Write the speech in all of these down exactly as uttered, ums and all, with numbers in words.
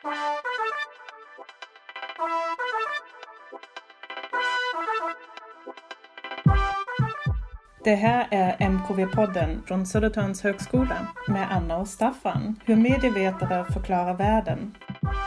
Det här är M K V-podden från Södertörns högskola med Anna och Staffan. Hur medievetare förklarar världen.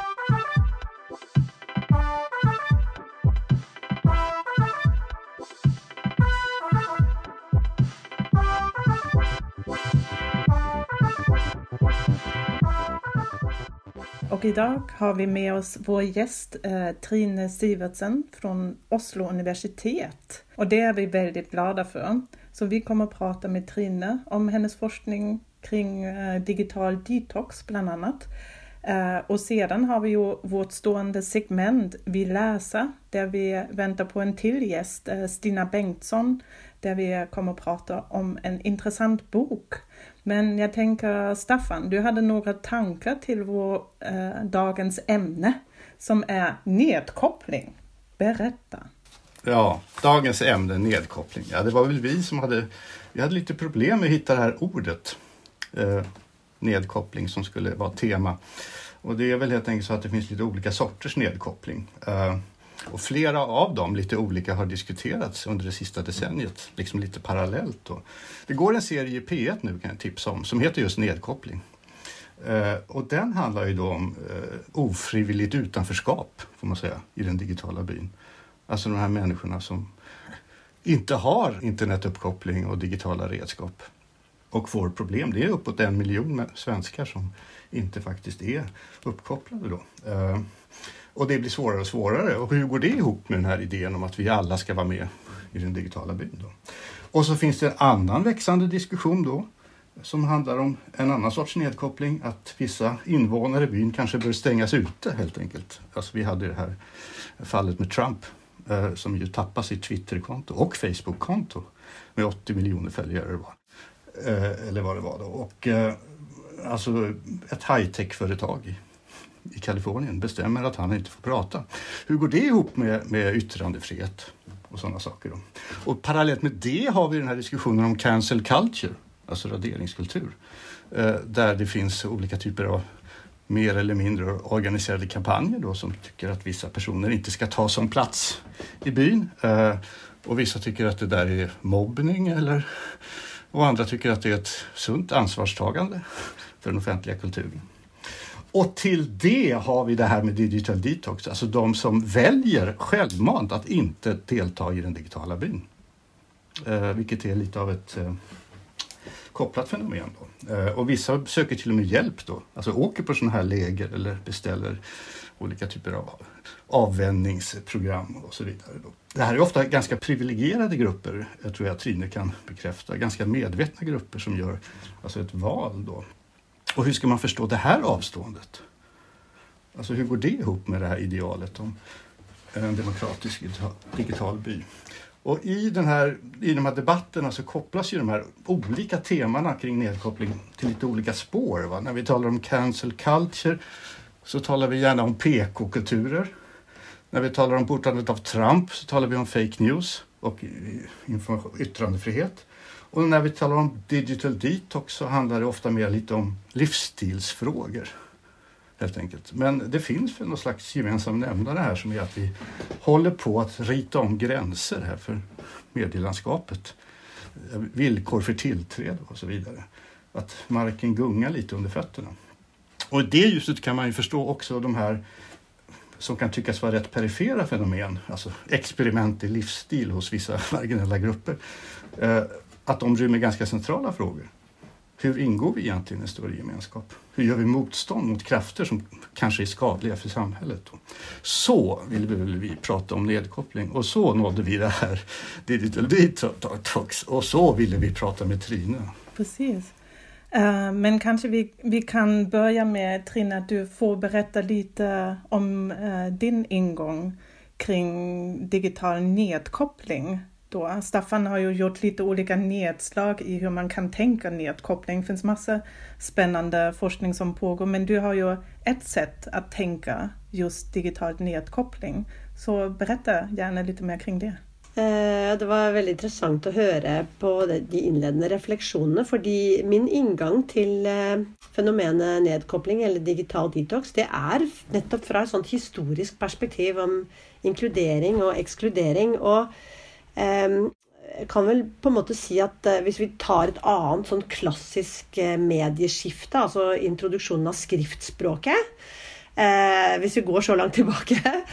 Och idag har vi med oss vår gäst eh, Trine Sivertsen från Oslo universitet. Och det är vi väldigt glada för. Så vi kommer att prata med Trine om hennes forskning kring eh, digital detox bland annat. Eh, och sedan har vi ju vårt stående segment Vi läser där vi väntar på en till gäst, eh, Stina Bengtsson, där vi kommer att prata om en intressant bok. Men jag tänker, Staffan, du hade några tankar till vår eh, dagens ämne som är nedkoppling. Berätta. Ja, dagens ämne nedkoppling. Ja, det var väl vi som hade, vi hade lite problem med att hitta det här ordet. Eh, nedkoppling som skulle vara tema. Och det är väl helt enkelt så att det finns lite olika sorters nedkoppling. Eh, och flera av dem, lite olika, har diskuterats under det sista decenniet. Liksom lite parallellt då. Det går en serie i P ett nu kan jag tipsa om som heter just nedkoppling. Eh, och den handlar ju då om eh, ofrivilligt utanförskap, får man säga, i den digitala byn. Alltså de här människorna som inte har internetuppkoppling och digitala redskap och får problem. Det är uppåt en miljon svenskar som inte faktiskt är uppkopplade då. Eh, och det blir svårare och svårare. Och hur går det ihop med den här idén om att vi alla ska vara med i den digitala byn då? Och så finns det en annan växande diskussion då som handlar om en annan sorts nedkoppling. Att vissa invånare i byn kanske bör stängas ute helt enkelt. Alltså vi hade det här fallet med Trump eh, som ju tappade sitt Twitterkonto och Facebook-konto med åttio miljoner följare var. Eh, eller vad det var då. Och eh, alltså ett high-tech-företag i, i Kalifornien bestämmer att han inte får prata. Hur går det ihop med, med yttrandefrihet och sådana saker då? Och parallellt med det har vi den här diskussionen om cancel culture, alltså raderingskultur. Eh, där det finns olika typer av mer eller mindre organiserade kampanjer då som tycker att vissa personer inte ska ta som plats i byn. Eh, och vissa tycker att det där är mobbning eller, och andra tycker att det är ett sunt ansvarstagande för den offentliga kulturen. Och till det har vi det här med digital detox, alltså de som väljer självmant att inte delta i den digitala byn. Eh, vilket är lite av ett eh, kopplat fenomen då. Eh, och vissa söker till och med hjälp då, alltså åker på sådana här läger eller beställer olika typer av avvänjningsprogram och så vidare då. Det här är ofta ganska privilegierade grupper, jag tror jag Trine kan bekräfta, ganska medvetna grupper som gör alltså ett val då. Och hur ska man förstå det här avståndet? Alltså hur går det ihop med det här idealet om en demokratisk digital by? Och i, den här, i de här debatterna så kopplas ju de här olika temana kring nedkoppling till lite olika spår. Va? När vi talar om cancel culture så talar vi gärna om P K-kulturer. När vi talar om bortandet av Trump så talar vi om fake news och yttrandefrihet. Och när vi talar om digital detox så handlar det ofta mer lite om livsstilsfrågor. Helt enkelt. Men det finns väl någon slags gemensam nämnare här som är att vi håller på att rita om gränser här för medielandskapet. Villkor för tillträde och så vidare. Att marken gungar lite under fötterna. Och i det ljuset kan man ju förstå också de här som kan tyckas vara rätt perifera fenomen. Alltså experiment i livsstil hos vissa marginella grupper. Att de rymmer ganska centrala frågor. Hur ingår vi egentligen i en större gemenskap? Hur gör vi motstånd mot krafter som kanske är skadliga för samhället? Då? Så vill vi, vill vi prata om nedkoppling. Och så nådde vi det här digital detox. Och så ville vi prata med Trine. Precis. Uh, men kanske vi, vi kan börja med, Trine, att du får berätta lite om uh, din ingång kring digital nedkoppling. Då. Staffan har ju gjort lite olika nedslag i hur man kan tänka nedkoppling. Det finns massa spännande forskning som pågår, men du har ju ett sätt att tänka just digital nedkoppling. Så berätta gärna lite mer kring det. Det var veldig interessant å høre på de innledende refleksjonene, fordi min inngang til fenomenet nedkopling eller digital detox, det er nettopp fra et sånt historisk perspektiv om inkludering og ekskludering, og jeg kan vel på en måte si at hvis vi tar et annet sånn klassisk medieskifte, altså introduksjonen av skriftspråket, Eh, hvis vi går så langt tilbake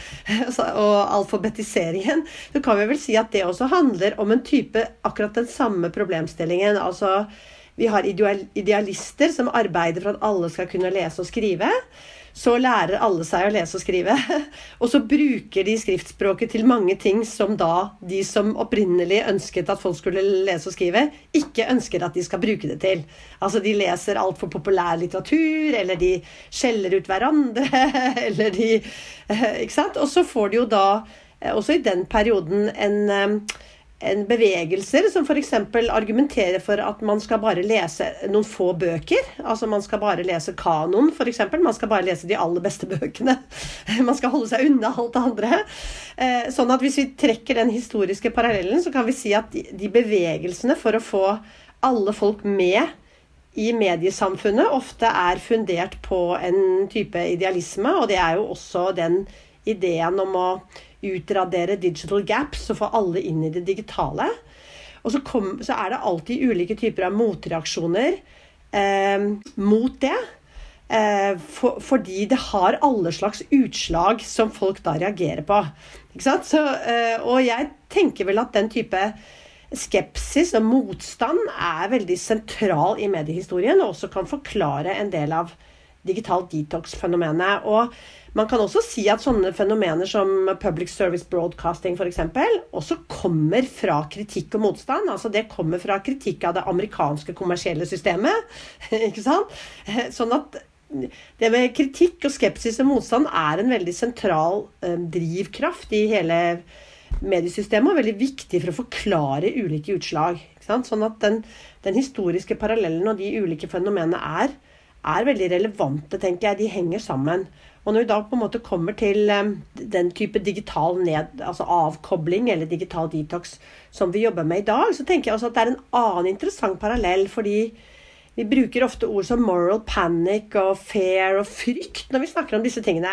og alfabetiseringen, så kan vi vel si at det også handler om en type akkurat den samme problemstillingen. Altså, vi har ideal, idealister som arbeider for at alle skal kunne lese og skrive. Så lærer alle seg å lese og skrive, og så bruker de skriftspråket til mange ting som da de som opprinnelig ønsket at folk skulle lese og skrive, ikke ønsker at de skal bruke det til. Altså de leser alt for populær litteratur, eller de skjeller ut hverandre, eller de, ikke sant? Og så får de jo da, også i den perioden, en... en bevegelser som for eksempel argumenterer for at man skal bare lese noen få bøker, altså man skal bare lese kanon for eksempel, man skal bare lese de aller beste bøkene, man skal holde seg unna alt det andre, sånn at hvis vi trekker den historiske parallellen, så kan vi si at de bevegelsene for å få alle folk med i mediesamfunnet ofte er fundert på en type idealisme, og det er jo også den ideen om å utradere digital gaps og få alle inn i det digitale. Og så, kom, så er det alltid ulike typer av motreaksjoner eh, mot det, eh, for, fordi det har alle slags utslag som folk da reagerer på. Ikke sant? Så, eh, og jeg tenker vel at den type skepsis og motstand er veldig sentral i mediehistorien, og også kan forklare en del av digital detox-fenomenet. Og man kan også si at sånne fenomener som public service broadcasting for eksempel, også kommer fra kritikk og motstand. Altså det kommer fra kritikk av det amerikanske kommersielle systemet, ikke sant? Sånn at det med kritikk og skepsis og motstand er en veldig sentral eh, drivkraft i hele mediesystemet, og veldig viktig for å forklare ulike utslag, ikke sant? Sånn at den, den historiske parallellen og de ulike fenomenene er, er veldig relevante, tenker jeg. De henger sammen. Og når vi da på en måte kommer til um, den type digital ned, altså avkobling eller digital detox som vi jobber med i dag, så tenker jeg også at det er en annen interessant parallell, fordi vi bruker ofte ord som moral panic og fear og frykt når vi snakker om disse tingene.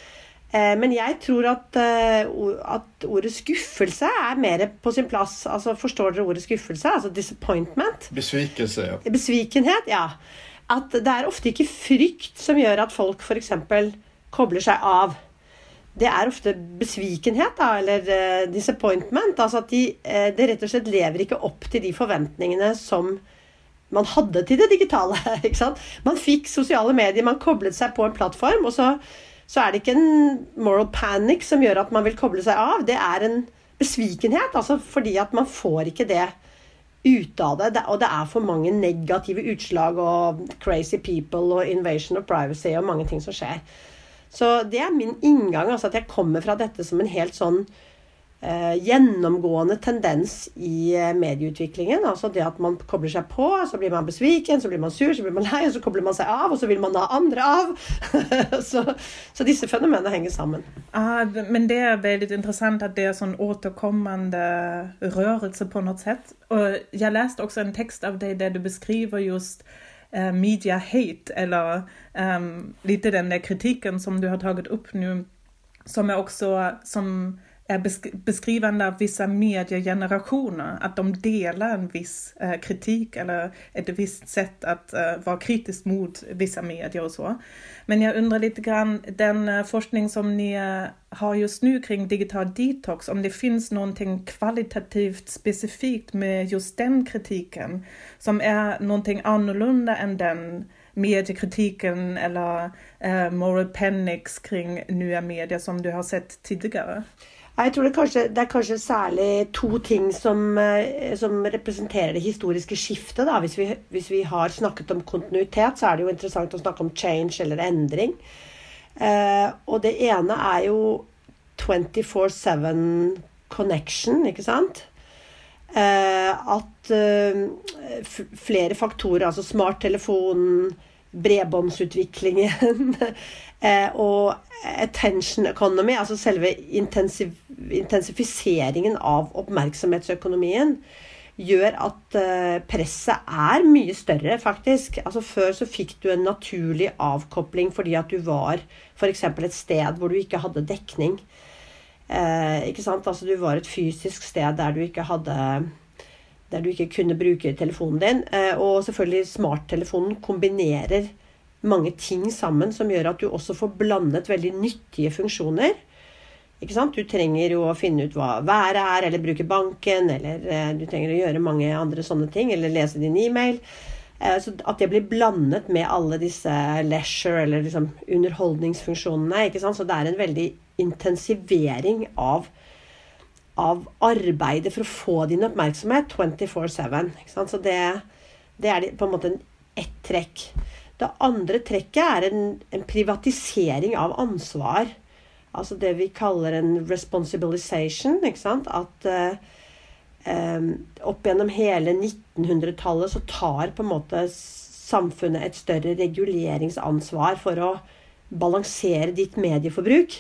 Eh, men jeg tror at, uh, at ordet skuffelse er mer på sin plass. Altså, forstår dere ordet skuffelse? Altså disappointment. Besvikelse, ja. Besvikenhet, ja. At det er ofte ikke frykt som gjør at folk for eksempel kobler seg av. Det er ofte besvikenhet da, eller uh, disappointment, altså at de, uh, det rett og slett lever ikke opp til de forventningene som man hadde til det digitale, ikke sant? Man fikk sosiale medier, man koblet seg på en plattform, og så, så er det ikke en moral panic som gjør at man vil koble seg av, det er en besvikenhet, altså fordi at man får ikke det ut av det, og det er for mange negative utslag og crazy people og invasion of privacy og mange ting som skjer. Så det er min inngang, altså at jeg kommer fra dette som en helt sånn eh, gjennomgående tendens i eh, medieutviklingen, altså det at man kobler seg på, så blir man besviken, så blir man sur, så blir man lei, og så kobler man seg av, og så vil man ha andre av. så, så disse fenomenene henger sammen. Ah, men det är väldigt intressant att det är sån återkommande rörelse på något sätt. Och jag läste också en text av dig där du beskriver just Uh, media hate eller um, lite den där kritiken som du har tagit upp nu som är också som är besk- beskrivande av vissa mediegenerationer, att de delar en viss uh, kritik eller ett visst sätt att uh, vara kritisk mot vissa medier och så. Men jag undrar lite grann den uh, forskning som ni uh, har just nu kring digital detox, om det finns någonting kvalitativt specifikt med just den kritiken som är någonting annorlunda än den mediekritiken eller uh, moral panics kring nya medier som du har sett tidigare. Jeg tror det, kanskje, det er kanskje særlig to ting som, som representerer det historiske skiftet. Da. Hvis, vi, hvis vi har snakket om kontinuitet, så er det jo interessant å snakke om change eller endring. Eh, og det ene er jo twenty-four seven connection, ikke sant? Eh, at eh, f- flere faktorer, altså smarttelefonen, bredbåndsutviklingen eh, og attention economy, altså selve intensiv, intensifiseringen av oppmerksomhetsøkonomien gjør at uh, presset er mye større, faktisk. Altså før så fikk du en naturlig avkobling fordi at du var for eksempel et sted hvor du ikke hadde dekning. Uh, ikke sant? Altså du var et fysisk sted der du ikke hadde, der du ikke kunne bruke telefonen din. Uh, og selvfølgelig smarttelefonen kombinerer mange ting sammen som gjør at du også får blandet veldig nyttige funksjoner. Ikke sant? Du trenger jo å finne ut hva været er, eller bruke banken, eller eh, du trenger å gjøre mange andre sånne ting, eller lese din e-mail. Eh, så at det blir blandet med alle disse leisure, eller liksom underholdningsfunksjonene, ikke sant? Så det er en veldig intensivering av, av arbeidet for å få din oppmerksomhet twenty-four seven. Ikke sant? Så det, det er på en måte ett trekk. Det andre trekket er en, en privatisering av ansvar. Altså det vi kaller en responsibilization, ikke sant? At uh, um, opp gjennom hele nittenhundretallet så tar på en måte samfunnet et større reguleringsansvar for å balansere ditt medieforbruk.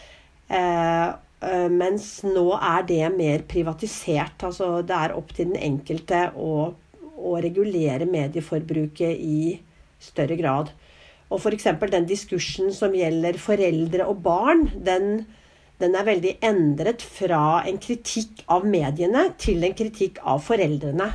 Uh, uh, mens nå er det mer privatisert. Altså det er opp til den enkelte å, å regulere medieforbruket i større grad. Og for eksempel den diskursen som gjelder foreldre og barn, den, den er veldig endret fra en kritikk av mediene til en kritikk av foreldrene.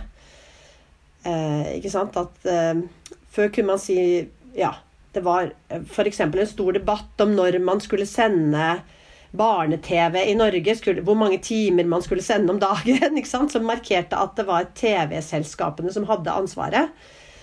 Eh, ikke sant? At eh, før kunne man si, ja, det var for eksempel en stor debatt om når man skulle sende barne-tv i Norge, skulle, hvor mange timer man skulle sende om dagen, ikke sant? Som markerte at det var tv-selskapene som hadde ansvaret.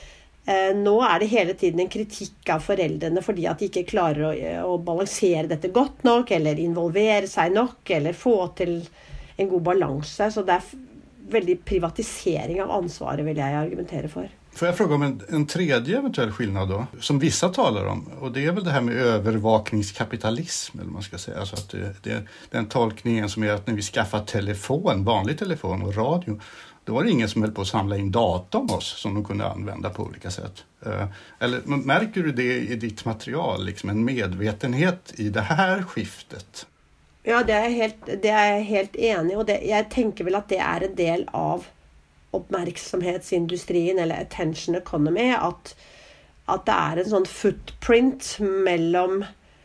Nå er det hele tiden en kritikk av foreldrene fordi at de ikke klarer å, å balansere dette godt nok, eller involvere seg nok, eller få til en god balanse. Så det er veldig privatisering av ansvaret, vil jeg argumentere for. Får jag fråga om en, en tredje eventuell skillnad då, som vissa talar om, och det är väl det här med övervakningskapitalism, eller man ska säga, alltså att det, det, den tolkningen som är att när vi skaffar telefon, vanlig telefon och radio, då var det ingen som höll på att samla in data om oss som de kunde använda på olika sätt. Eller märker du det i ditt material, liksom en medvetenhet i det här skiftet? Ja, det är helt, det är jag helt enig, och det, jag tänker väl att det är en del av oppmerksomhetsindustrien eller attention economy, at, at det er en sånn footprint mellom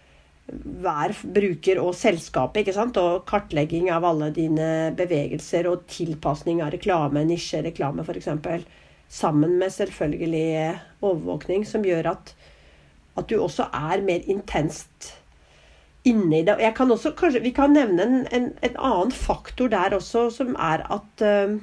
hver bruker og selskapet, ikke sant? Og kartlegging av alle dine bevegelser og tilpasning av reklame, nisjereklame for eksempel, sammen med selvfølgelig overvåkning, som gjør at, at du også er mer intenst inne i det. Og jeg kan også, kanskje, vi kan nevne en, en, en annen faktor der også, som er at uh,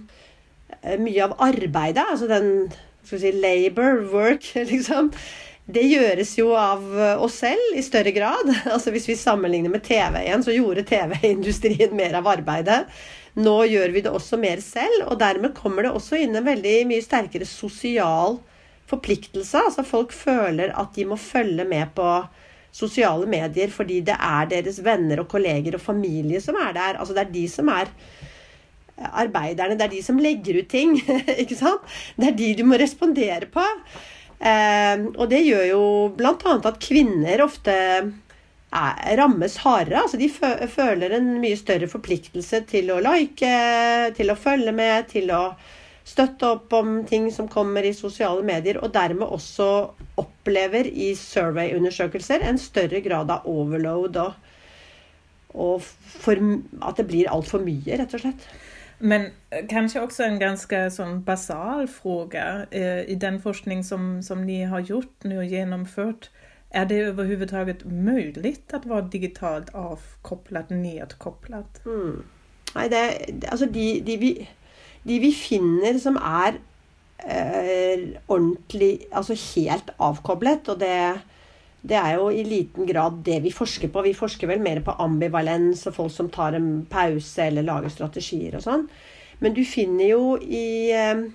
mye av arbeidet, altså den skal vi si, labor, work, liksom, det gjøres jo av oss selv i større grad. Altså hvis vi sammenligner med T V igjen, så gjorde T V-industrien mer av arbeidet. Nå gjør vi det også mer selv, og dermed kommer det også inn en veldig mye sterkere sosial forpliktelse. Altså folk føler at de må følge med på sosiale medier, fordi det er deres venner og kolleger og familie som er der. Altså det er de som er arbeiderne, det er de som legger ut ting, ikke sant? Det er de du må respondere på. Eh, og det gjør jo blant annet at kvinner ofte er, rammes hardere. Altså de fø- føler en mye større forpliktelse til å like, til å følge med, til å støtte opp om ting som kommer i sosiale medier, og dermed også opplever i survey-undersøkelser en større grad av overload, og, og for, at det blir alt for mye, rett og slett. Men kanske också en ganska sån basal fråga eh, i den forskning som, som ni har gjort nu och genomfört. Är det överhuvudtaget möjligt att vara digitalt avkopplat, nedkopplat? Mm. Nej, det, alltså de, de, vi, de vi finner som är eh, ordentlig, alltså helt avkopplet, och det Det er jo i liten grad det vi forsker på. Vi forsker vel mer på ambivalens og folk som tar en pause eller lager strategier og sånn. Men du finner jo i,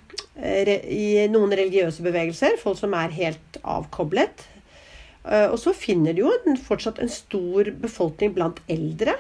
i noen religiøse bevegelser folk som er helt avkoblet. Og så finner du jo en, fortsatt en stor befolkning blant eldre.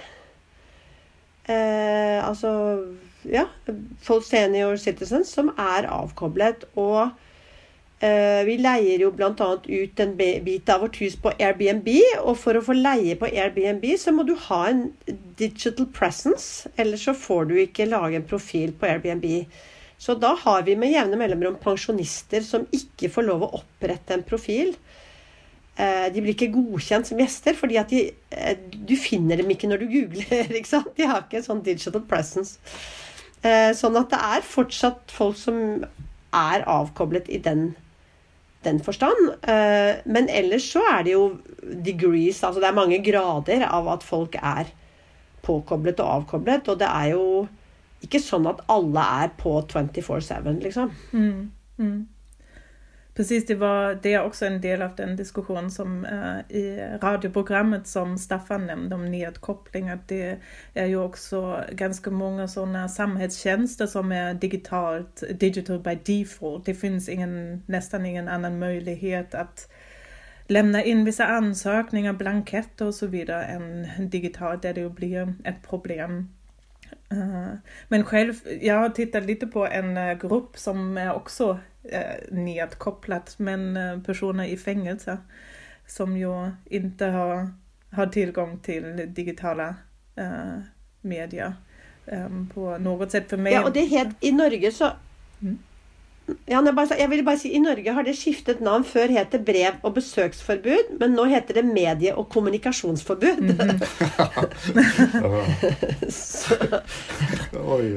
Eh, altså, ja, folk senior citizens som er avkoblet, og vi leier jo blant annet ut en bit av vårt hus på Airbnb, og for å få leie på Airbnb så må du ha en digital presence, eller så får du ikke lage en profil på Airbnb. Så da har vi med jevne mellomrom pensjonister som ikke får lov å opprette en profil. De blir ikke godkjent som gjester, fordi at de, du finner dem ikke når du googler, ikke sant? De har ikke en sånn digital presence. Sånn at det er fortsatt folk som er avkoblet i den, den forstand. Men ellers så er det jo degrees, altså det er mange grader av at folk er påkoblet og avkoblet, og det er jo ikke sånn att alla är på twenty-four seven liksom. Mm, mm. Precis, det var det är också en del av den diskussion som eh, i radioprogrammet som Staffan nämnde om nedkoppling, att det är ju också ganska många sådana samhällstjänster som är digitalt, digital by default. Det finns ingen, nästan ingen annan möjlighet att lämna in vissa ansökningar, blanketter och så vidare än digitalt, där det blir ett problem. Uh, men själv, jag har tittat lite på en uh, grupp som är också uh, nedkopplat, men uh, personer i fängelse som ju inte har, har tillgång till digitala uh, medier um, på något sätt för mig. Ja, och det är helt, i Norge så mm. Ja, jag, bara, jag vill bara säga, i Norge har det skiftet namn. Før heter brev- och besöksförbud, men nu heter det medie- och kommunikationsförbud. Mm. så. Oj.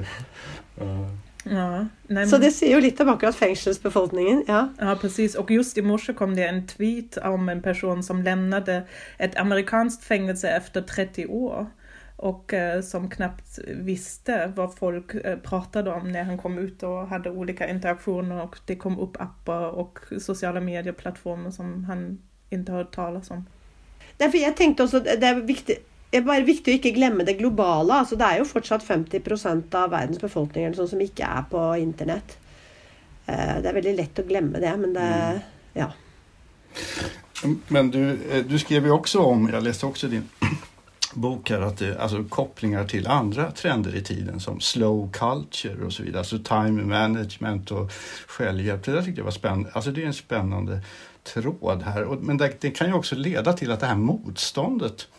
Ja, nej, så det ser ju lite om akkurat fängelsbefolkningen. Ja. Ja, precis. Och just i morse kom det en tweet om en person som lämnade ett amerikanskt fängelse efter trettio år. Och eh, som knappt visste vad folk eh, pratade om när han kom ut och hade olika interaktioner, och det kom upp appar och sociala medieplattformar som han inte hört talas om. Därför jag tänkte också det är viktigt, det är bara viktigt att inte glömma det globala. Alltså det är ju fortsatt femtio procent av världens befolkning sån som inte är på internet. Eh, det är väldigt lätt att glömma det, men det mm. ja. Men du du skrev ju också om, jag läste också din bok här, att det, alltså kopplingar till andra trender i tiden som slow culture och så vidare, alltså time management och självhjälp. Det där tyckte jag var spännande. Alltså det är en spännande tråd här, och, men det, det kan ju också leda till att det här motståndet,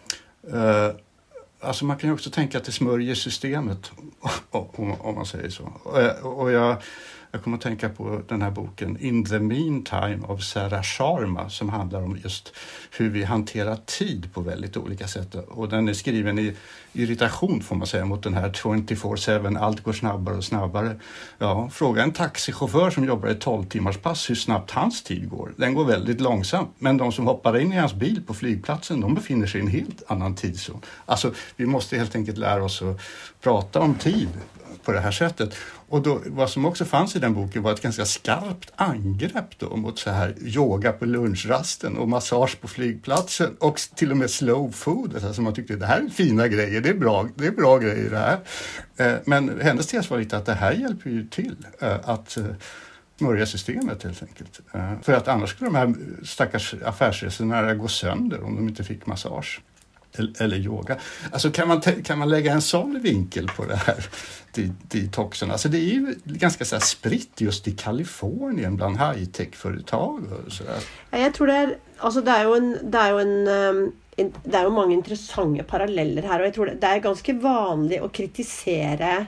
eh, alltså man kan ju också tänka att det smörjer systemet om, om man säger så. Och, och jag Jag kommer att tänka på den här boken In the Meantime av Sarah Sharma, som handlar om just hur vi hanterar tid på väldigt olika sätt. Och den är skriven i irritation, får man säga, mot den här twenty-four seven, allt går snabbare och snabbare. Ja, fråga en taxichaufför som jobbar i tolv timmars pass hur snabbt hans tid går. Den går väldigt långsamt, men de som hoppar in i hans bil på flygplatsen, de befinner sig i en helt annan tidszon. Alltså, vi måste helt enkelt lära oss att prata om tid på det här sättet. Och då, vad som också fanns i den boken var ett ganska skarpt angrepp då mot så här yoga på lunchrasten och massage på flygplatsen och till och med slow food. Alltså man tyckte det här är fina grejer, det är bra, det är bra grejer det här. Men hennes tes var lite att det här hjälper ju till att smörja systemet helt enkelt. För att annars skulle de här stackars affärsresenärerna gå sönder om de inte fick massage. Eller yoga. Alltså kan man, kan man lägga en sån vinkel på det här detoxen? Alltså det är ju ganska så här spritt just i Kalifornien bland high-tech-företag och så där. Ja, jag tror det är, alltså det är ju en, det är ju en, en det är ju många intressanta paralleller här, och jag tror det, det är ganska vanligt att kritisera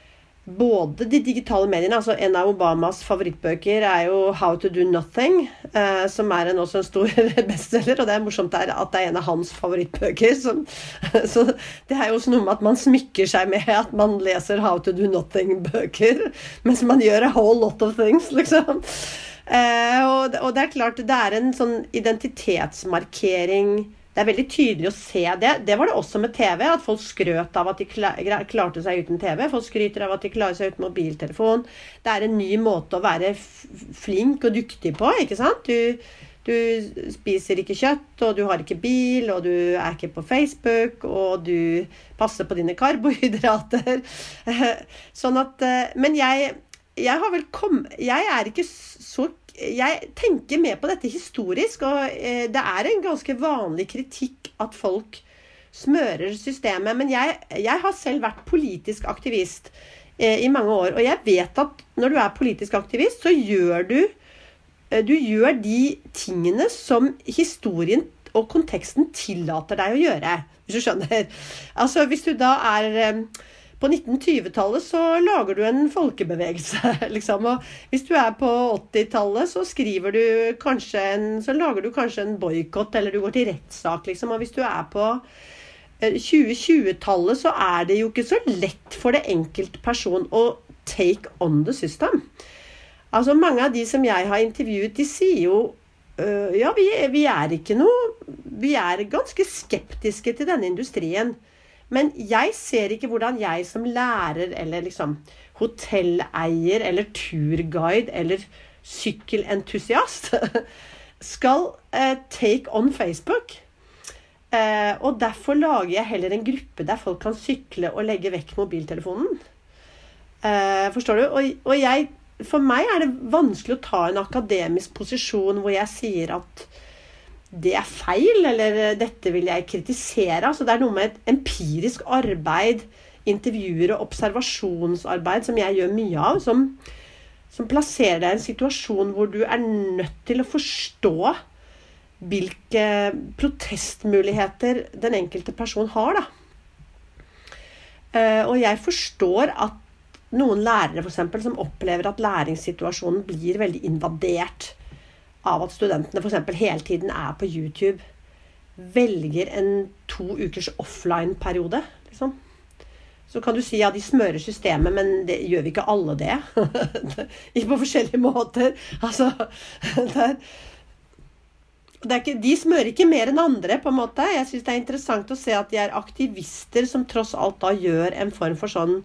både de digitala medierna. Alltså en av Obamas favoritböcker är ju How to do nothing, eh, som är en, också en stor bestseller, och det är morsomt att det är en av hans favoritböcker. Som, så det är ju också något med att man smycker sig med att man läser How to do nothing böcker, men man gör a whole lot of things liksom. Eh, och, och det är klart, det är en sån identitetsmarkering. Det är väldigt tydligt att se det. Det var det också med T V, att folk skröt av att de klarade sig utan T V. Folk skryter av att de klarar sig utan mobiltelefon. Det är en ny måte att vara flink och duktig på, inte sant? Du, du spiser inte kött, och du har inte bil, och du är inte på Facebook, och du passar på dina karbohydrater. Sånn att, men jag, jag har väl kom, jag är inte så jag tänker mer på detta historiskt, och eh, det är en ganska vanlig kritik att folk smörer systemet, men jag, jag har själv varit politisk aktivist eh, i många år, och jag vet att när du är politisk aktivist så gör du eh, du gör de tingene som historien og konteksten tillater deg å gjøre, hvis du skjønner. Altså, hvis du da er på nitten-tjuetallet, så lager du en folkebevegelse, liksom. Og hvis du er på åttitallet, så skriver du kanskje en, så lager du kanskje en boykott, eller du går til rettssak, liksom. Og hvis du er på tjue-tjue-tallet, så er det jo ikke så lett for det enkelte person å take on the system. Altså, mange av de som jeg har intervjuet, de sier jo, uh, ja, vi, vi er ikke noe, vi er ganske skeptiske til denne industrien. Men jeg ser ikke hvordan jeg som lærer, eller liksom hotelleier, eller turguide, eller sykkelentusiast skal uh, take on Facebook. Uh, og derfor lager jeg heller en gruppe der folk kan sykle og legge vekk mobiltelefonen. Uh, forstår du? Og, og jeg, for meg er det vanskelig å ta en akademisk posisjon hvor jeg sier at det er feil, eller dette vil jeg kritisere. Altså, det er noe med et empirisk arbeid, intervjuer og observasjonsarbeid som jeg gjør mye av, som, som plasserer deg i en situasjon hvor du er nødt til å forstå hvilke protestmuligheter den enkelte person har, da. Uh, og jeg forstår at noen lærere, for eksempel, som opplever at læringssituasjonen blir veldig invadert av at studentene for eksempel hele tiden er på YouTube, velger en to ukers offline-periode, liksom. Så kan du si, ja, de smører systemet, men det gjør vi ikke alle det. Ikke på forskjellige måter. Altså, det er, det er ikke, de smører ikke mer enn andre, på en måte. Jeg synes det er interessant å se at de er aktivister som tross alt da gjør en form for sånn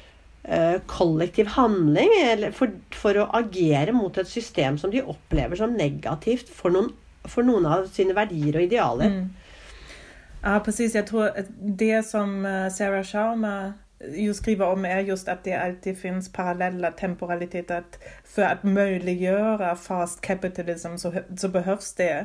kollektiv handling eller for, for å agere mot et system som de opplever som negativt for noen, for noen av sine verdier og idealer. Mm. Ja, precis. Jag tror att det som Sarah Schaumer ju skriver om är just att det alltid finns parallella temporaliteter. Att för att möjliggöra fast capitalism så, så behövs det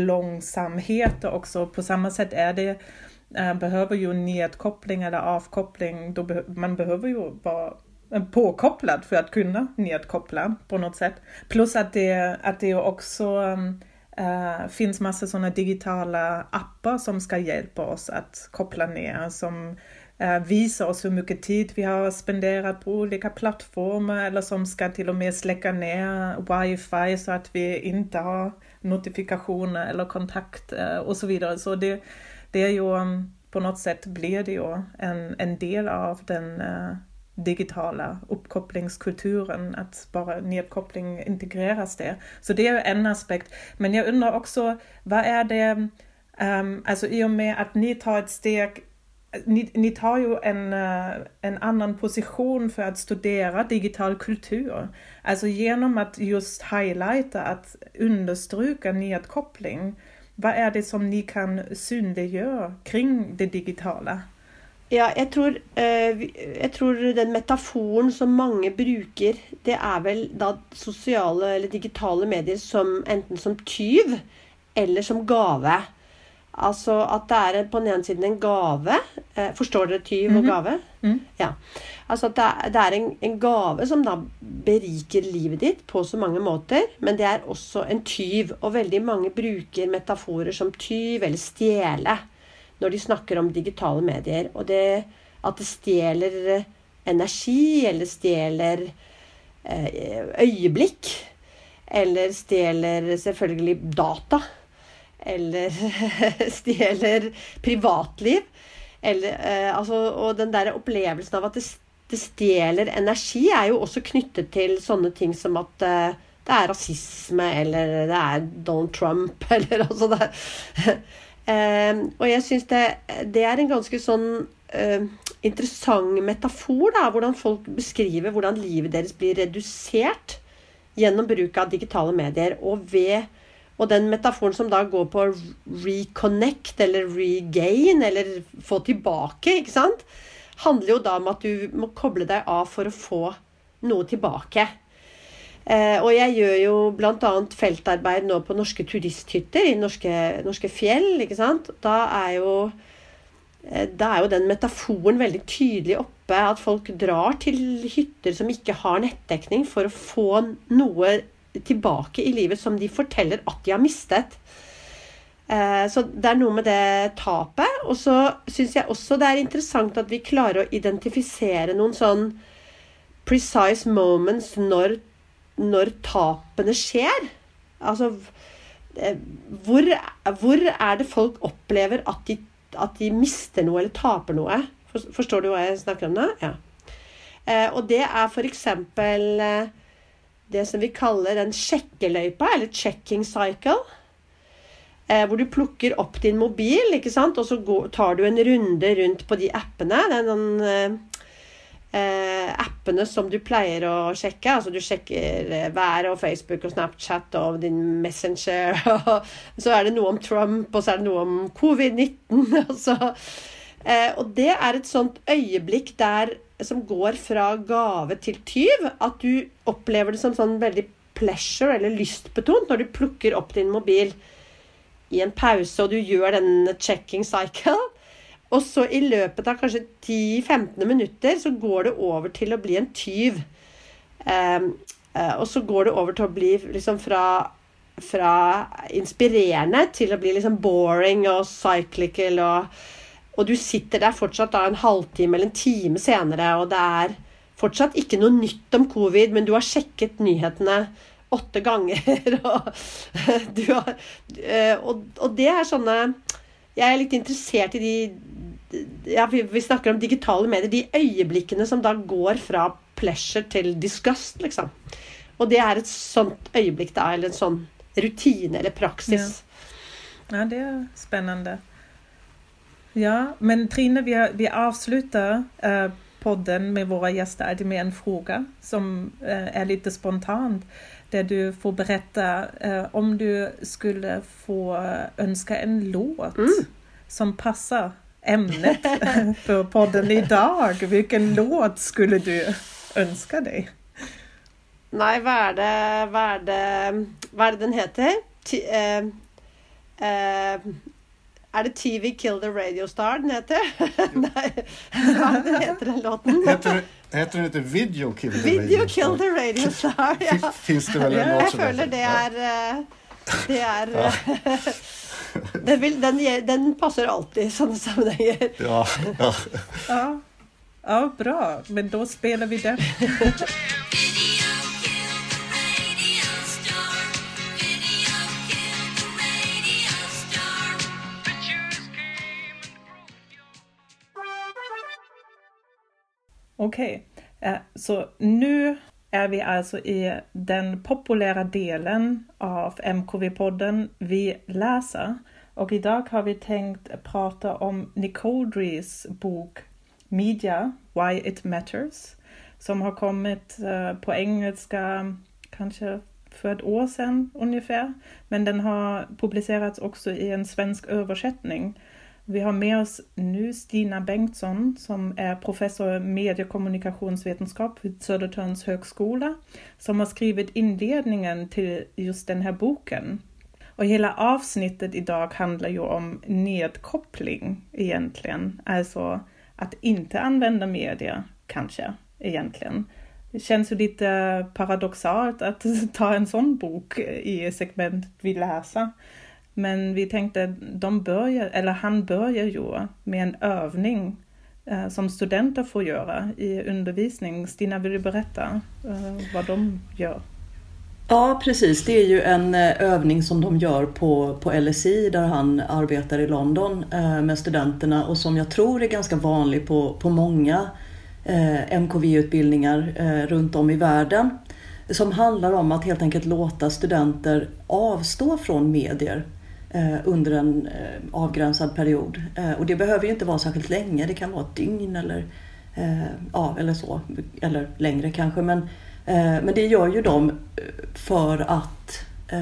långsamheter också. På samma sätt är det Uh, behöver ju nedkoppling eller avkoppling. Då be- man behöver ju vara påkopplad för att kunna nedkoppla på något sätt. Plus att det, att det också um, uh, finns massor sådana digitala appar som ska hjälpa oss att koppla ner. Som uh, visar oss hur mycket tid vi har spenderat på olika plattformar. Eller som ska till och med släcka ner wifi så att vi inte har notifikationer eller kontakt uh, och så vidare. Så det Det är ju, på något sätt blir det ju en, en del av den uh, digitala uppkopplingskulturen, att bara nedkoppling integreras det. Så det är ju en aspekt. Men jag undrar också, vad är det, um, alltså i och med att ni tar ett steg, ni, ni tar ju en, uh, en annan position för att studera digital kultur. Alltså genom att just highlighta, att understryka nedkoppling. Vad är det som ni kan synliggöra kring det digitala? Ja, jeg tror, eh, jeg tror den metaforen som mange bruker, det er vel da sosiale eller digitale medier som enten som tyv eller som gave. Altså at det er på den ene siden en gave. Eh, forstår dere tyv og gave? Mm. Ja. Altså at det er, det er en, en gave som da beriker livet ditt på så mange måter, men det er også en tyv, og veldig mange bruker metaforer som tyv eller stjele når de snakker om digitale medier, og det at det stjeler energi, eller stjeler eh, øyeblikk, eller stjeler selvfølgelig data, eller stjeler privatliv, eller, eh, altså, og den der opplevelsen av at det, det stjeler energi er jo også knyttet til sånne ting som at eh, det er rasisme, eller det er Donald Trump, eller altså det eh, og jeg synes det, det er en ganske sånn eh, interessant metafor da, hvordan folk beskriver hvordan livet deres blir redusert gjennom bruk av digitale medier, og ved Og den metaforen som da går på reconnect eller regain, eller få tilbake, ikke sant? Handler jo da om at du må koble deg av for å få noe tilbake. Eh, og jeg gjør jo blant annet feltarbeid nå på norske turisthytter, i norske, norske fjell, ikke sant? Da er jo, eh, da er jo den metaforen veldig tydelig oppe, at folk drar til hytter som ikke har nettdekning for å få noe tilbake i livet som de forteller at de har mistet. Eh, så det är nog med det tapet. Och så syns jag också det är intressant att vi klarar att identifiera någon sån precise moments när, när tapen sker. Alltså, eh, hvor, hvor är det folk upplever att de, att de mister något eller taper något? For, förstår du vad jag snackar om nu? Ja. Eh, och det är för exempel eh, det som vi kallar en checkeløypa, eller checking cycle. Eh, hvor du plukker opp din mobil, ikke sant? Og så går, tar du en runde rundt på de appene. Det er noen eh, appene som du pleier å sjekke. Altså du sjekker eh, været og Facebook og Snapchat og din Messenger. Og så er det noe om Trump, og så er det noe om covid nitten. Og, så, eh, og det er et sånt øyeblikk der som går fra gave til tyv, at du opplever det som sånn veldig pleasure eller lystbetont når du plukker opp din mobil i en pause, og du gjør den checking cycle, og så i løpet av kanskje ti til femten minutter så går det over til å bli en tyv. Um, uh, og så går det over til å bli liksom fra, fra inspirerende til å bli liksom boring og cyclical, og Og du sitter der fortsatt da en halvtime eller en time senere, og det er fortsatt ikke noe nytt om covid, men du har sjekket nyhetene åtte ganger, og, du har, og, og det er sånne, jeg er litt interessert i de, ja, vi, vi snakker om digitale medier, de øyeblikkene som da går fra pleasure til disgust, liksom. Og det er et sånt øyeblikk da, eller en sånn rutine eller praksis. Ja, ja, det är spännande. Ja, men Trine, vi, vi avslutar eh, podden med våra gäster alltid med en fråga som eh, är lite spontant. Där du får berätta eh, om du skulle få önska en låt mm. som passar ämnet för podden idag. Vilken låt skulle du önska dig? Nej, vad är det, vad är det, vad är det den heter? T- eh, eh, Är det T V Kill the Radio Star den heter? Nej, vad heter den låten? Heter, heter den inte Video Kill the Video Radio Star? Kill the Radio Star, ja. Finns det väl en ja, låt jag som följer det är... Det är... Ja. den, vill, den, den passar alltid i sådana sammanhang. Ja, ja. Ja. Ja, bra. Men då spelar vi den. Okej, okay. Så nu är vi alltså i den populära delen av M K V-podden Vi läser. Och idag har vi tänkt prata om Nick Holdrys bok Media, Why It Matters. Som har kommit på engelska kanske för ett år sedan ungefär. Men den har publicerats också i en svensk översättning. Vi har med oss nu Stina Bengtsson som är professor i mediekommunikationsvetenskap vid Södertörns högskola som har skrivit inledningen till just den här boken. Och hela avsnittet idag handlar ju om nedkoppling egentligen. Alltså att inte använda media kanske egentligen. Det känns ju lite paradoxalt att ta en sån bok i segmentet Vi läser. Men vi tänkte, de börjar, eller han börjar ju med en övning eh, som studenter får göra i undervisning. Stina, vill du berätta eh, vad de gör? Ja, precis. Det är ju en övning som de gör på, på L S I där han arbetar i London eh, med studenterna och som jag tror är ganska vanlig på, på många eh, M K V-utbildningar eh, runt om i världen. Som handlar om att helt enkelt låta studenter avstå från medier under en avgränsad period. Och det behöver ju inte vara särskilt länge. Det kan vara ett dygn eller, ja, eller så. Eller längre kanske. Men, men det gör ju de för att,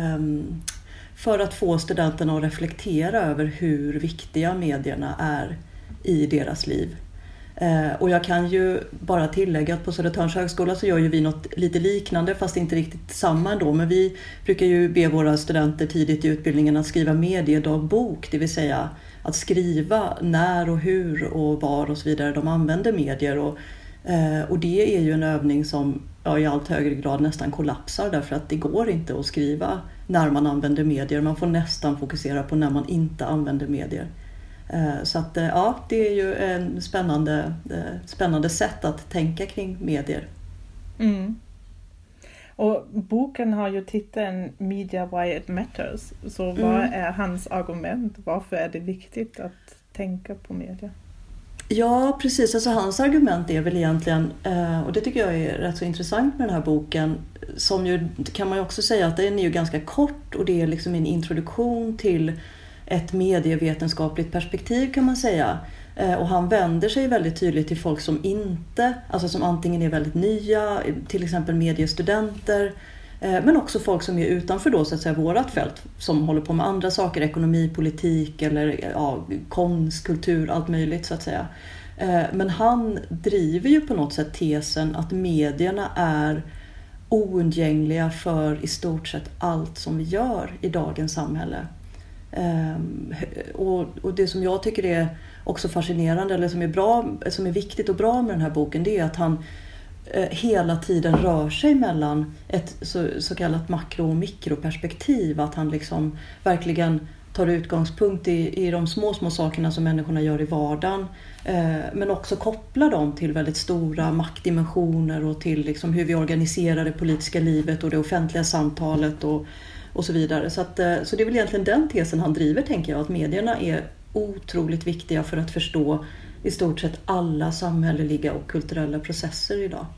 för att få studenterna att reflektera över hur viktiga medierna är i deras liv. Och jag kan ju bara tillägga att på Södertörns högskola så gör ju vi något lite liknande fast inte riktigt samma ändå. Men vi brukar ju be våra studenter tidigt i utbildningen att skriva mediedagbok, det vill säga att skriva när och hur och var och så vidare de använder medier. Och, och det är ju en övning som ja, i allt högre grad nästan kollapsar därför att det går inte att skriva när man använder medier. Man får nästan fokusera på när man inte använder medier. Så att ja, det är ju en spännande, spännande sätt att tänka kring medier. Mm. Och boken har ju titeln Media Why It Matters. Så vad mm. är hans argument? Varför är det viktigt att tänka på media? Ja, precis. Alltså hans argument är väl egentligen, och det tycker jag är rätt så intressant med den här boken, som ju kan man ju också säga att den är ju ganska kort och det är liksom en introduktion till ett medievetenskapligt perspektiv kan man säga. Och han vänder sig väldigt tydligt till folk som inte, alltså som antingen är väldigt nya, till exempel mediestudenter, men också folk som är utanför då så att säga vårat fält, som håller på med andra saker, ekonomi, politik eller ja, konst, kultur, allt möjligt så att säga. Men han driver ju på något sätt tesen att medierna är oundgängliga för i stort sett allt som vi gör i dagens samhälle. Och det som jag tycker är också fascinerande eller som är bra, som är viktigt och bra med den här boken, det är att han hela tiden rör sig mellan ett så, så kallat makro- och mikroperspektiv. Att han liksom verkligen tar utgångspunkt i, i de små, små sakerna som människorna gör i vardagen. Eh, men också kopplar dem till väldigt stora maktdimensioner och till liksom hur vi organiserar det politiska livet och det offentliga samtalet och, och så vidare. Så, att, eh, så det är väl egentligen den tesen han driver, tänker jag. Att medierna är otroligt viktiga för att förstå i stort sett alla samhälleliga och kulturella processer idag.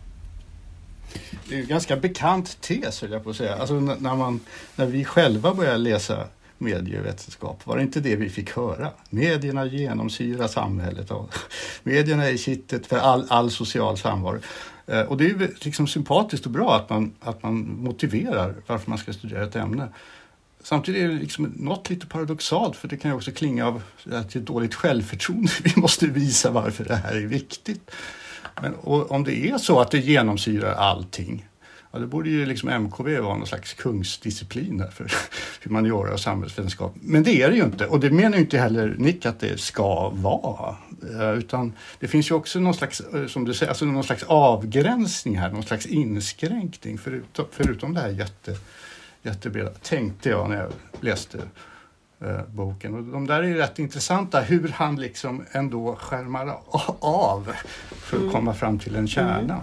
Det är en ganska bekant tes, vill jag på att säga. Alltså när, man, när vi själva började läsa medievetenskap var det inte det vi fick höra. Medierna genomsyrar samhället och medierna är kittet för all, all social samvaro. Eh, och det är ju liksom sympatiskt och bra att man, att man motiverar varför man ska studera ett ämne. Samtidigt är det liksom något lite paradoxalt, för det kan ju också klinga av ett dåligt självförtroende. Vi måste visa varför det här är viktigt. Men och om det är så att det genomsyrar allting, ja, då borde ju liksom M K V vara någon slags kungsdisciplin här för humaniora och samhällsvetenskap. Men det är det ju inte, och det menar ju inte heller Nick att det ska vara. Utan det finns ju också någon slags, som du säger, alltså någon slags avgränsning här, någon slags inskränkning förutom, förutom det här jätte... jättebreda, tänkte jag när jag läste eh, boken. Och de där är ju rätt intressanta, hur han liksom ändå skärmar av för att mm. komma fram till en kärna. Mm.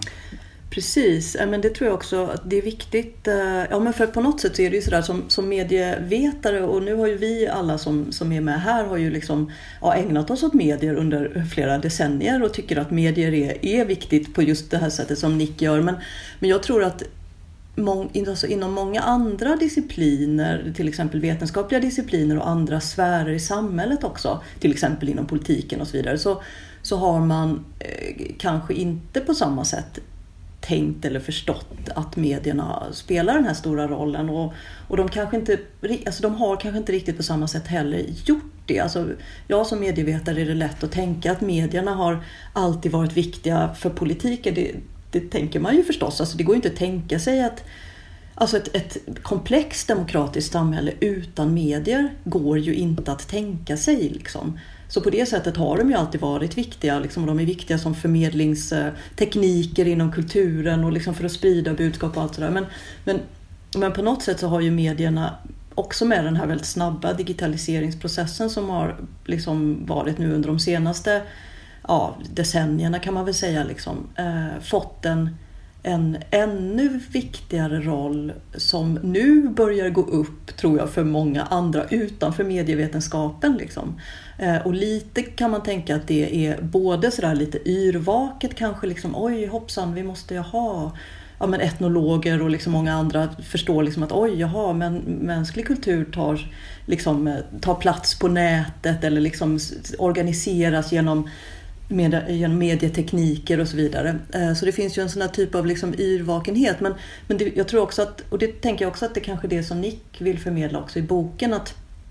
Precis, men det tror jag också att det är viktigt. Ja, men för på något sätt så är det ju sådär som, som medievetare, och nu har ju vi alla som, som är med här har ju liksom ja, ägnat oss åt medier under flera decennier och tycker att medier är, är viktigt på just det här sättet som Nick gör. Men, men jag tror att Mång, alltså inom många andra discipliner, till exempel vetenskapliga discipliner och andra sfärer i samhället också, till exempel inom politiken och så vidare, så, så har man eh, kanske inte på samma sätt tänkt eller förstått att medierna spelar den här stora rollen, och, och de, kanske inte, alltså de har kanske inte riktigt på samma sätt heller gjort det. Alltså, jag som medievetare är det lätt att tänka att medierna har alltid varit viktiga för politiken. Det, Det tänker man ju förstås. Alltså det går ju inte att tänka sig att alltså ett, ett komplext demokratiskt samhälle utan medier går ju inte att tänka sig. Liksom. Så på det sättet har de ju alltid varit viktiga. Liksom, de är viktiga som förmedlingstekniker inom kulturen och liksom för att sprida budskap och allt sådär. Men, men, men på något sätt så har ju medierna också med den här väldigt snabba digitaliseringsprocessen som har liksom varit nu under de senaste ja, decennierna kan man väl säga liksom, eh, fått en, en ännu viktigare roll som nu börjar gå upp, tror jag, för många andra utanför medievetenskapen liksom. Eh, och lite kan man tänka att det är både sådär lite yrvaket kanske liksom, oj hoppsan, vi måste ju ha ja, men etnologer och liksom många andra förstår liksom att oj, jaha, men mänsklig kultur tar, liksom, tar plats på nätet eller liksom organiseras genom Med, genom medietekniker och så vidare. Så det finns ju en sån här typ av liksom yrvakenhet. Men, men det, jag tror också att, och det tänker jag också att det kanske är det som Nick vill förmedla också i boken, att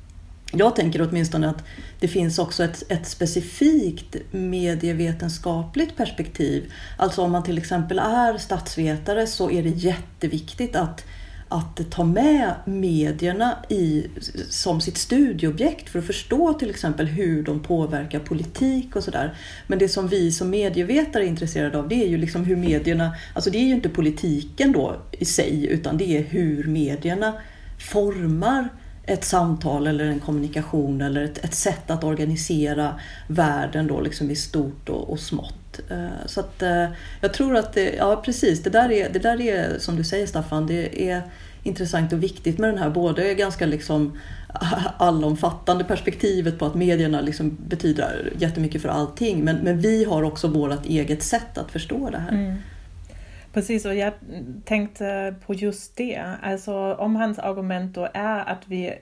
jag tänker åtminstone att det finns också ett, ett specifikt medievetenskapligt perspektiv. Alltså om man till exempel är statsvetare så är det jätteviktigt att att ta med medierna i, som sitt studieobjekt för att förstå till exempel hur de påverkar politik och sådär. Men det som vi som medievetare är intresserade av, det är ju liksom hur medierna, alltså det är ju inte politiken då i sig, utan det är hur medierna formar ett samtal eller en kommunikation eller ett, ett sätt att organisera världen då liksom i stort och, och smått. Så att jag tror att det, ja precis, det där är, det där är som du säger Staffan, det är intressant och viktigt med den här både ganska liksom allomfattande perspektivet på att medierna liksom betyder jättemycket för allting, men, men vi har också vårt eget sätt att förstå det här. Mm. Precis, och jag tänkte på just det. Alltså om hans argument då är att vi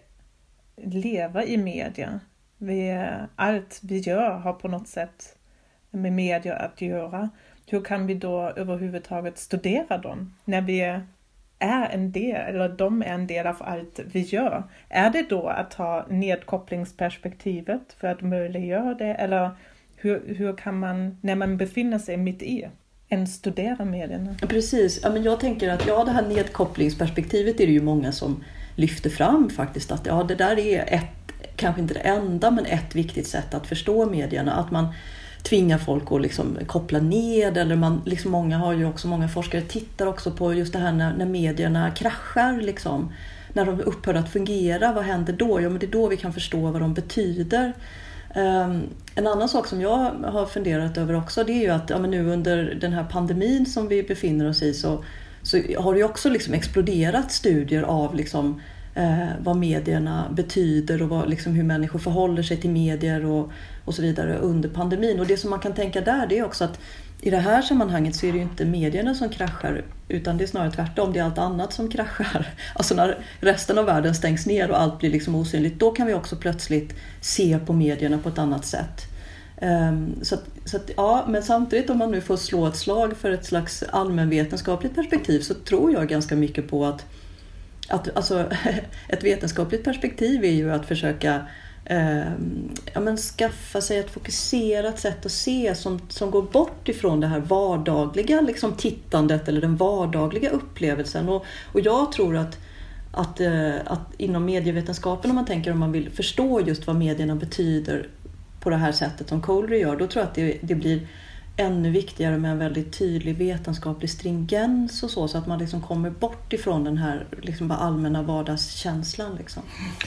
lever i media. Vi, allt vi gör har på något sätt med media att göra. Hur kan vi då överhuvudtaget studera dem när vi är en del, eller de är en del av allt vi gör? Är det då att ha nedkopplingsperspektivet för att möjliggöra det? Eller hur, hur kan man, när man befinner sig mitt i, än studera medierna? Precis, ja, men jag tänker att ja, det här nedkopplingsperspektivet är det ju många som lyfter fram faktiskt. Att ja, det där är ett, kanske inte det enda, men ett viktigt sätt att förstå medierna. Att man tvingar folk att liksom koppla ned, eller man, liksom många har ju också, många forskare tittar också på just det här när, när medierna kraschar liksom. När de upphör att fungera, vad händer då? Ja, men det är då vi kan förstå vad de betyder. Um, en annan sak som jag har funderat över också, det är ju att ja, men nu under den här pandemin som vi befinner oss i så, så har det ju också liksom exploderat studier av liksom, eh, vad medierna betyder och vad, liksom, hur människor förhåller sig till medier och, och så vidare under pandemin. Och det som man kan tänka där, det är också att i det här sammanhanget så är det ju inte medierna som kraschar, utan det är snarare tvärtom, det är allt annat som kraschar. Alltså när resten av världen stängs ner och allt blir liksom osynligt, då kan vi också plötsligt se på medierna på ett annat sätt. Um, så att, så att, ja, men samtidigt om man nu får slå ett slag för ett slags allmänvetenskapligt perspektiv, så tror jag ganska mycket på att, att alltså, ett vetenskapligt perspektiv är ju att försöka Eh, ja, men skaffa sig ett fokuserat sätt att se som, som går bort ifrån det här vardagliga liksom, tittandet eller den vardagliga upplevelsen. Och, och jag tror att, att, eh, att inom medievetenskapen, om man tänker om man vill förstå just vad medierna betyder på det här sättet som Colery gör, då tror jag att det, det blir ännu viktigare med en väldigt tydlig vetenskaplig stringens och så, så att man liksom kommer bort ifrån den här liksom, bara allmänna vardagskänslan liksom.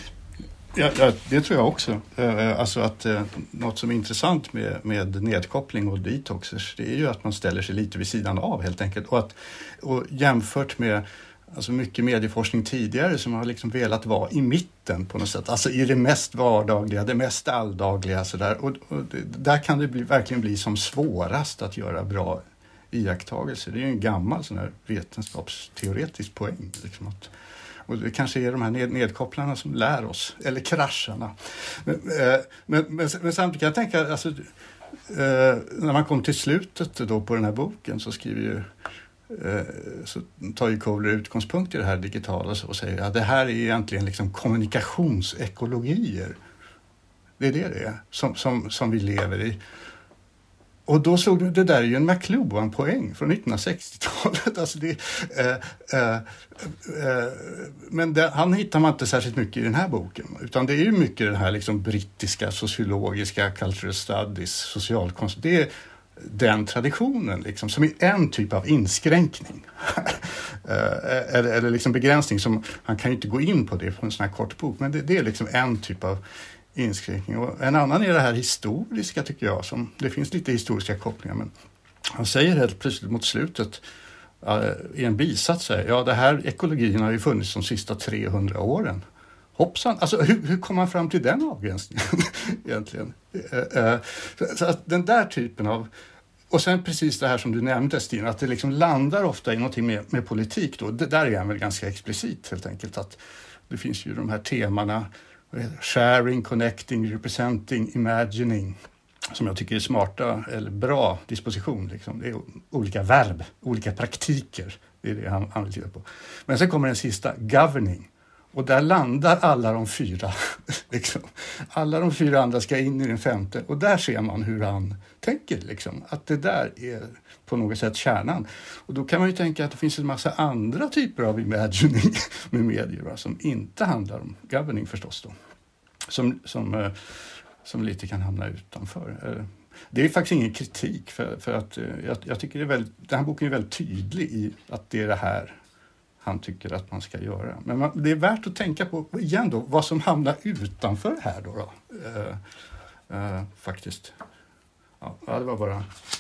Ja, ja, det tror jag också. Eh, alltså att eh, något som är intressant med, med nedkoppling och detoxers, det är ju att man ställer sig lite vid sidan av helt enkelt. Och, att, och jämfört med alltså mycket medieforskning tidigare som har liksom velat vara i mitten på något sätt. Alltså i det mest vardagliga, det mest alldagliga sådär. Och, och det, där kan det bli, verkligen bli som svårast att göra bra iakttagelser. Det är ju en gammal sån här vetenskapsteoretisk poäng liksom att. Och det kanske är de här ned, nedkopplarna som lär oss, eller krascharna. Men, men, men, men samtidigt kan jag tänka, alltså, när man kom till slutet då på den här boken så skriver ju, så tar ju Colery utgångspunkt i det här digitala och säger att det här är egentligen liksom kommunikationsekologier. Det är det det är, som, som, som vi lever i. Och då såg du, det där är ju en McLuhan-poäng från nittonhundrasextiotalet. Alltså det, äh, äh, äh, men det, han hittar man inte särskilt mycket i den här boken. Utan det är ju mycket den här liksom brittiska, sociologiska, cultural studies, socialkonst. Det är den traditionen liksom, som är en typ av inskränkning. äh, eller eller liksom begränsning. Som, han kan ju inte gå in på det på en sån här kort bok. Men det, det är liksom en typ av inskränkning. Och en annan är det här historiska tycker jag. Som, det finns lite historiska kopplingar. Men han säger helt plötsligt mot slutet uh, i en bisats. Här, ja, det här ekologin har ju funnits de sista trehundra åren. Hoppsan. Alltså hur, hur kom man fram till den avgränsningen egentligen? Uh, uh, så, så att den där typen av. Och sen precis det här som du nämnde Stina. Att det liksom landar ofta i någonting med, med politik då. Det där är han väl ganska explicit helt enkelt. Att det finns ju de här temana. Sharing, connecting, representing, imagining. Som jag tycker är smarta eller bra disposition. Liksom. Det är olika verb, olika praktiker. Det är det han, han vill titta på. Men sen kommer den sista, governing. Och där landar alla de fyra. Liksom. Alla de fyra andra ska in i den femte. Och där ser man hur han tänker. Liksom. Att det där är på något sätt kärnan. Och då kan man ju tänka att det finns en massa andra typer av imagining med medier. Va? Som inte handlar om governing förstås då. Som, som, som lite kan hamna utanför. Det är faktiskt ingen kritik. För, för att jag, jag tycker det är väldigt, den här boken är väldigt tydlig i att det är det här han tycker att man ska göra. Men man, det är värt att tänka på igen då, vad som hamnar utanför det här då. då. Uh, uh, faktiskt. Ja, det var bara...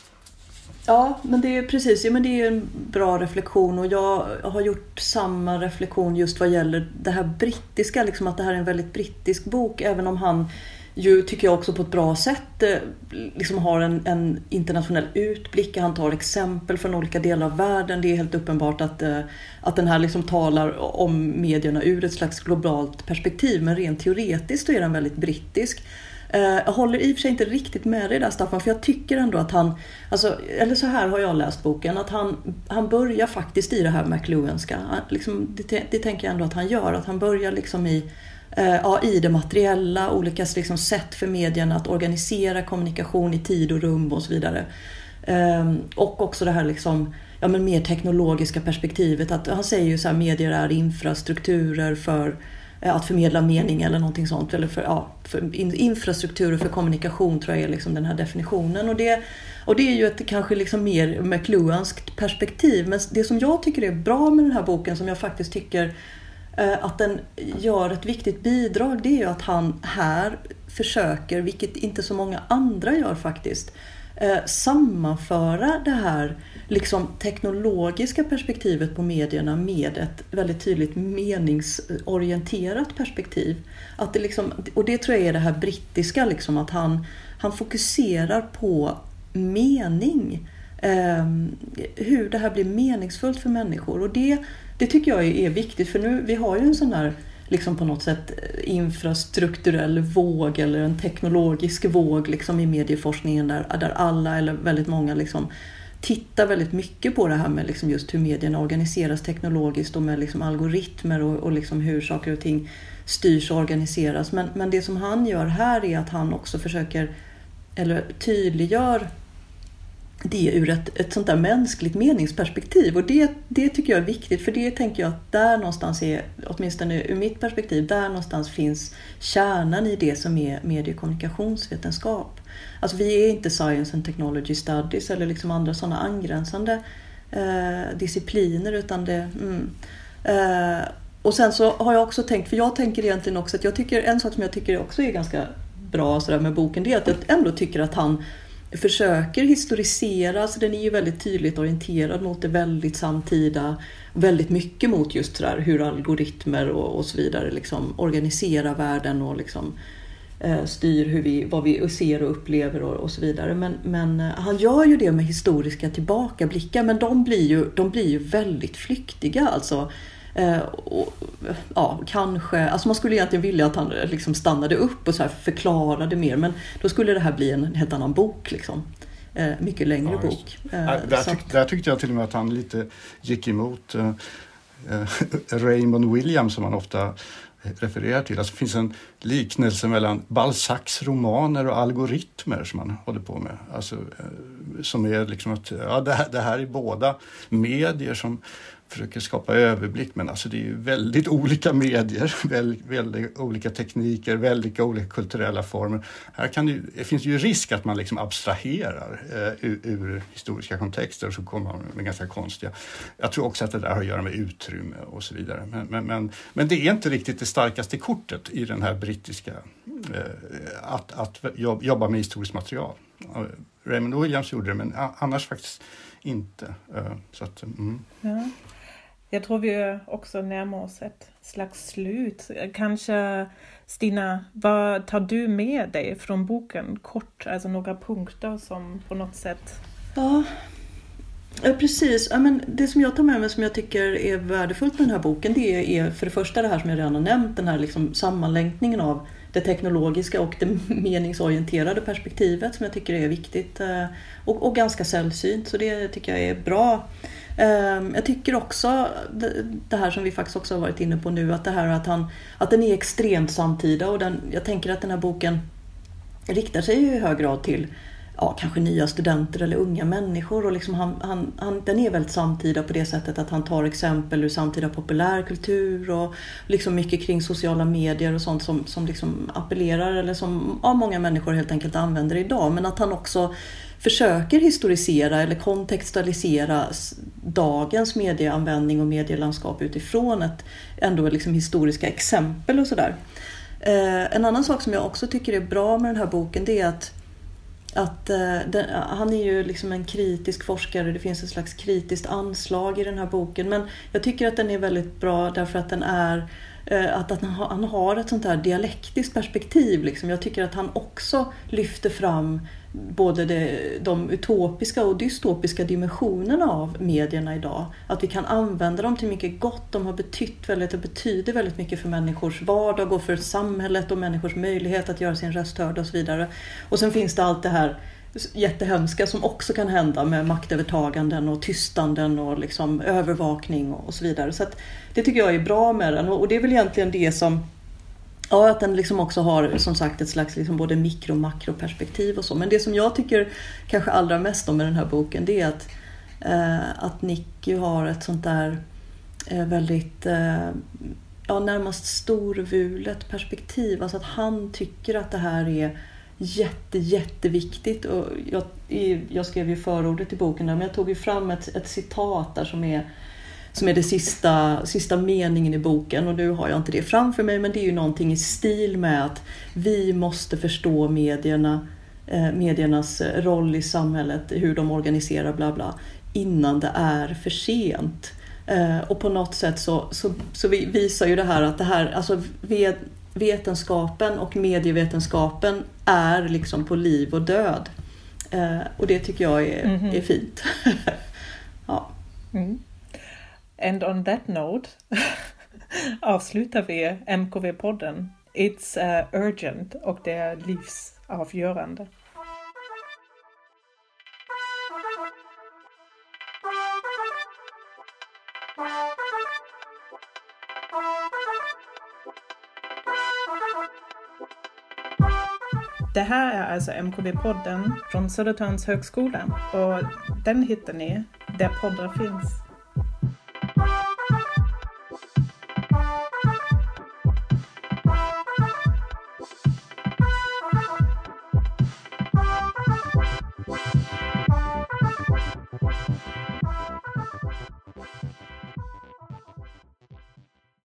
Ja, men det är precis, ja, men det är en bra reflektion, och jag har gjort samma reflektion just vad gäller det här brittiska, liksom att det här är en väldigt brittisk bok, även om han ju, tycker jag också på ett bra sätt, liksom har en, en internationell utblick. Han tar exempel från olika delar av världen. Det är helt uppenbart att, att den här liksom talar om medierna ur ett slags globalt perspektiv, men rent teoretiskt så är den väldigt brittisk. Jag håller i och för sig inte riktigt med dig där, Staffan, för jag tycker ändå att han, alltså, eller så här har jag läst boken, att han, han börjar faktiskt i det här McLuhanska. Liksom, det, det tänker jag ändå att han gör, att han börjar liksom i, eh, ja, i det materiella, olika liksom, sätt för medierna att organisera kommunikation i tid och rum och så vidare. Eh, och också det här liksom, ja, men mer teknologiska perspektivet, att han säger ju så här, medier är infrastrukturer för att förmedla mening eller någonting sånt, eller för, ja, för infrastrukturer för kommunikation, tror jag är liksom den här definitionen, och det, och det är ju ett kanske liksom mer McLuhanskt perspektiv, men det som jag tycker är bra med den här boken, som jag faktiskt tycker eh, att den gör ett viktigt bidrag, det är ju att han här försöker, vilket inte så många andra gör faktiskt, eh, sammanföra det här liksom teknologiska perspektivet på medierna med ett väldigt tydligt meningsorienterat perspektiv. Att det liksom, och det tror jag är det här brittiska, liksom, att han, han fokuserar på mening. Eh, hur det här blir meningsfullt för människor. Och det, det tycker jag är viktigt, för nu vi har ju en sån här liksom på något sätt infrastrukturell våg eller en teknologisk våg liksom i medieforskningen, där, där alla eller väldigt många liksom tittar väldigt mycket på det här med liksom just hur medierna organiseras teknologiskt och med liksom algoritmer och, och liksom hur saker och ting styrs och organiseras. Men, men det som han gör här är att han också försöker, eller tydliggör det ur ett, ett sånt där mänskligt meningsperspektiv. Och det, det tycker jag är viktigt, för det tänker jag att där någonstans är, åtminstone ur mitt perspektiv, där någonstans finns kärnan i det som är mediekommunikationsvetenskap. Alltså vi är inte Science and Technology Studies eller liksom andra sådana angränsande eh, discipliner, utan det... Mm, eh, och sen så har jag också tänkt, för jag tänker egentligen också att jag tycker, en sak som jag tycker också är ganska bra så där med boken, det är att jag ändå tycker att han försöker historisera, så den är ju väldigt tydligt orienterad mot det väldigt samtida, väldigt mycket mot just där hur algoritmer och, och så vidare liksom organiserar världen och liksom eh, styr hur vi, vad vi ser och upplever och, och så vidare. Men, men eh, han gör ju det med historiska tillbakablickar, men de blir ju, de blir ju väldigt flyktiga alltså. Eh, och, ja, kanske, alltså man skulle egentligen vilja att han liksom stannade upp och så här förklarade mer, men då skulle det här bli en helt annan bok liksom. Eh, mycket längre ja, bok. Eh, där, tyck, att... där tyckte jag till och med att han lite gick emot eh, Raymond Williams, som man ofta refererar till. Alltså det finns en liknelse mellan Balzacs romaner och algoritmer som man håller på med. Alltså, eh, som är liksom att ja, det, här, det här är båda medier som försöker skapa överblick, men alltså det är ju väldigt olika medier, väldigt, väldigt olika tekniker, väldigt olika kulturella former. Här kan det, det finns ju risk att man liksom abstraherar eh, ur, ur historiska kontexter, och så kommer man med ganska konstiga. Jag tror också att det där har att göra med utrymme och så vidare. Men, men, men, men det är inte riktigt det starkaste kortet i den här brittiska eh, att, att jobba med historiskt material. Raymond Williams gjorde det, men annars faktiskt inte. Eh, så att, mm. Ja. Jag tror vi också närmar oss ett slags slut. Kanske, Stina, vad tar du med dig från boken kort? Alltså några punkter som på något sätt... Ja, ja precis. Ja, men det som jag tar med mig som jag tycker är värdefullt med den här boken, det är för det första det här som jag redan har nämnt, den här liksom sammanlänkningen av det teknologiska och det meningsorienterade perspektivet som jag tycker är viktigt och, och ganska sällsynt, så det tycker jag är bra. Jag tycker också det här som vi faktiskt också har varit inne på nu, att det här att, han, att den är extremt samtida, och den, jag tänker att den här boken riktar sig i hög grad till ja, kanske nya studenter eller unga människor, och liksom han, han, han, den är väldigt samtida på det sättet att han tar exempel ur samtida populärkultur och liksom mycket kring sociala medier och sånt som, som liksom appellerar eller som ja, många människor helt enkelt använder idag, men att han också försöker historisera eller kontextualisera dagens medieanvändning och medielandskap utifrån ett ändå liksom historiska exempel och sådär. Eh, en annan sak som jag också tycker är bra med den här boken, det är att, att eh, den, han är ju liksom en kritisk forskare, det finns ett slags kritiskt anslag i den här boken, men jag tycker att den är väldigt bra därför att den är Att, att han har ett sånt här dialektiskt perspektiv. Liksom. Jag tycker att han också lyfter fram både det, de utopiska och dystopiska dimensionerna av medierna idag. Att vi kan använda dem till mycket gott. De har betytt väldigt och betyder väldigt mycket för människors vardag och för samhället och människors möjlighet att göra sin röst hörd och så vidare. Och sen finns det allt det här jättehemska som också kan hända med maktövertaganden och tystanden och liksom övervakning och så vidare. Så att det tycker jag är bra med den, och det är väl egentligen det som, ja, att den liksom också har som sagt ett slags liksom både mikro- och makroperspektiv och så. Men det som jag tycker kanske allra mest om med den här boken, det är att, eh, att Nick ju har ett sånt där eh, väldigt eh, ja, närmast storvulet perspektiv. Alltså att han tycker att det här är jätte, jätteviktigt. Och jag, jag skrev ju förordet i boken där, men jag tog ju fram ett, ett citat där som är, som är det sista, sista meningen i boken, och nu har jag inte det framför mig, men det är ju någonting i stil med att vi måste förstå medierna, eh, mediernas roll i samhället, hur de organiserar bla bla, innan det är för sent. Eh, och på något sätt så, så, så visar ju det här att det här, alltså ved, vetenskapen och medievetenskapen är liksom på liv och död. Eh, och det tycker jag är, mm-hmm. är fint. Ja. Mm. And on that note avslutar vi M K V-podden. It's uh, urgent och det är livsavgörande. Det här är alltså M K V-podden från Södertörns högskola, och den hittar ni där poddar finns.